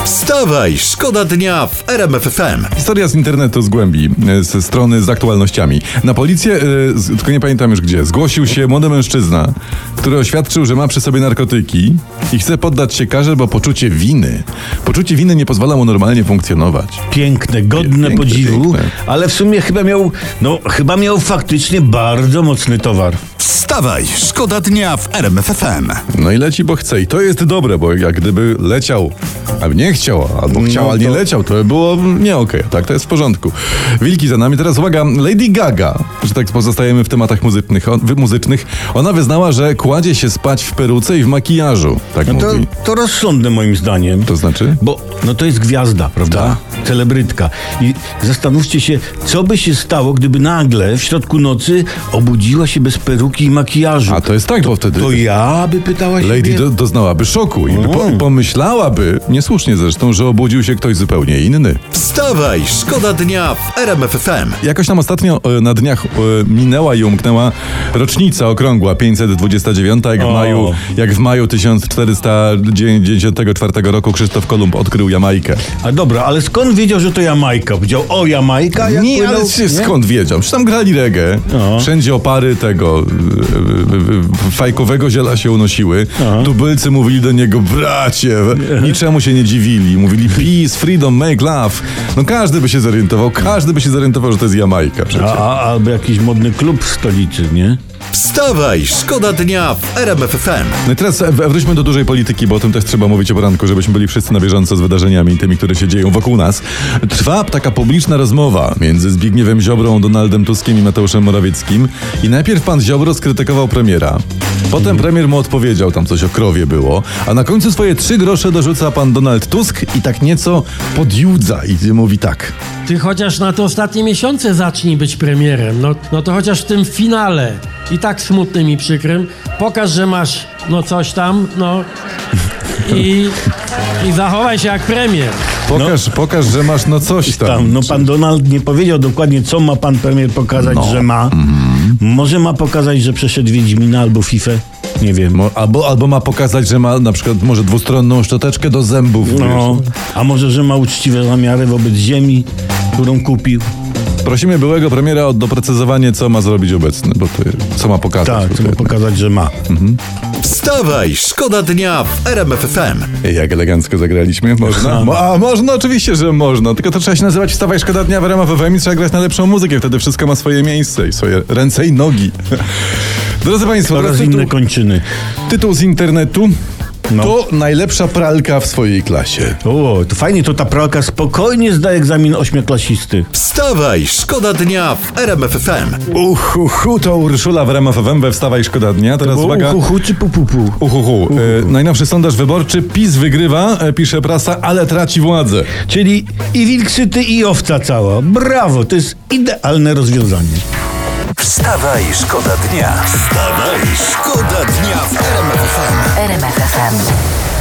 Wstawaj, szkoda dnia w RMF FM. Historia z internetu, z głębi, ze strony z aktualnościami. Na policję, tylko nie pamiętam już gdzie, zgłosił się młody mężczyzna, który oświadczył, że ma przy sobie narkotyki i chce poddać się karze, bo poczucie winy nie pozwala mu normalnie funkcjonować. Piękne, godne podziwu, piękne. ale w sumie chyba miał faktycznie bardzo mocny towar. Wstawaj, szkoda dnia w RMF FM. No i leci, bo chce. I to jest dobre, bo jak gdyby leciał, albo nie chciał, albo chciał, ale nie leciał, to by było nie okej. Tak, to jest w porządku. Wilki za nami. Teraz uwaga, Lady Gaga, że tak pozostajemy w tematach muzycznych. Ona wyznała, że kładzie się spać w peruce i w makijażu. Tak mówi. To rozsądne moim zdaniem. To znaczy? Bo to jest gwiazda, prawda? Celebrytka. I zastanówcie się, co by się stało, gdyby nagle w środku nocy obudziła się bez peruki i makijażu. A to jest tak, bo wtedy To ja by pytała się. Lady doznałaby szoku i pomyślałaby, niesłusznie zresztą, że obudził się ktoś zupełnie inny. Wstawaj, szkoda dnia w RMF FM. Jakoś nam ostatnio na dniach minęła i umknęła rocznica okrągła 529, jak w maju 1494 roku Krzysztof Kolumb odkrył Jamajkę. A dobra, ale skąd wiedział, że to Jamajka? Powiedział, o Jamajka? Jak Nie, płynął? ale skąd wiedział? Przecież tam grali reggae, wszędzie opary tego fajkowego ziela się unosiły. Tubylcy mówili do niego, bracie, niczemu się nie dziwili. Mówili peace, freedom, make love. No każdy by się zorientował, że to jest Jamajka przecież. Albo jakiś modny klub w stolicy, nie? Wstawaj, szkoda dnia w RMF FM. No i teraz wróćmy do dużej polityki, bo o tym też trzeba mówić o poranku, żebyśmy byli wszyscy na bieżąco z wydarzeniami tymi, które się dzieją wokół nas. Trwa taka publiczna rozmowa między Zbigniewem Ziobrą, Donaldem Tuskiem i Mateuszem Morawieckim i najpierw pan Ziobro skrytykował premiera. Potem premier mu odpowiedział, tam coś o krowie było, a na końcu swoje 3 grosze dorzuca pan Donald Tusk i tak nieco podjudza i mówi tak. Ty chociaż na te ostatnie miesiące zacznij być premierem. No to chociaż w tym finale i tak smutnym i przykrym pokaż, że masz coś tam, i zachowaj się jak premier. Pokaż, że masz coś tam. Pan Donald nie powiedział dokładnie, co ma pan premier pokazać, że ma. Może ma pokazać, że przeszedł Wiedźmina albo FIFA. Nie wiem. Albo ma pokazać, że ma na przykład może dwustronną szczoteczkę do zębów. A może, że ma uczciwe zamiary wobec ziemi, którą kupił. Prosimy byłego premiera o doprecyzowanie, co ma zrobić obecny, bo co ma pokazać. Tak, co ma pokazać, że ma. Wstawaj, szkoda dnia w RMF FM. Jak elegancko zagraliśmy. Można? Można, oczywiście, że można. Tylko to trzeba się nazywać Wstawaj, szkoda dnia w RMF FM i trzeba grać na lepszą muzykę. Wtedy wszystko ma swoje miejsce i swoje ręce i nogi. Drodzy Państwo, oraz inne kończyny. Tytuł z internetu. To najlepsza pralka w swojej klasie. To fajnie, to ta pralka spokojnie zda egzamin 8-klasisty. Wstawaj, szkoda dnia w RMF FM. To Urszula w RMF FM we Wstawaj, szkoda dnia. Teraz uwaga. Uhuhu czy pupupu? Najnowszy sondaż wyborczy. PiS wygrywa, pisze prasa, ale traci władzę. Czyli i wilk syty, i owca cała. Brawo, to jest idealne rozwiązanie. Wstawaj, szkoda dnia. Wstawaj, szkoda dnia w RMF FM. RMF FM.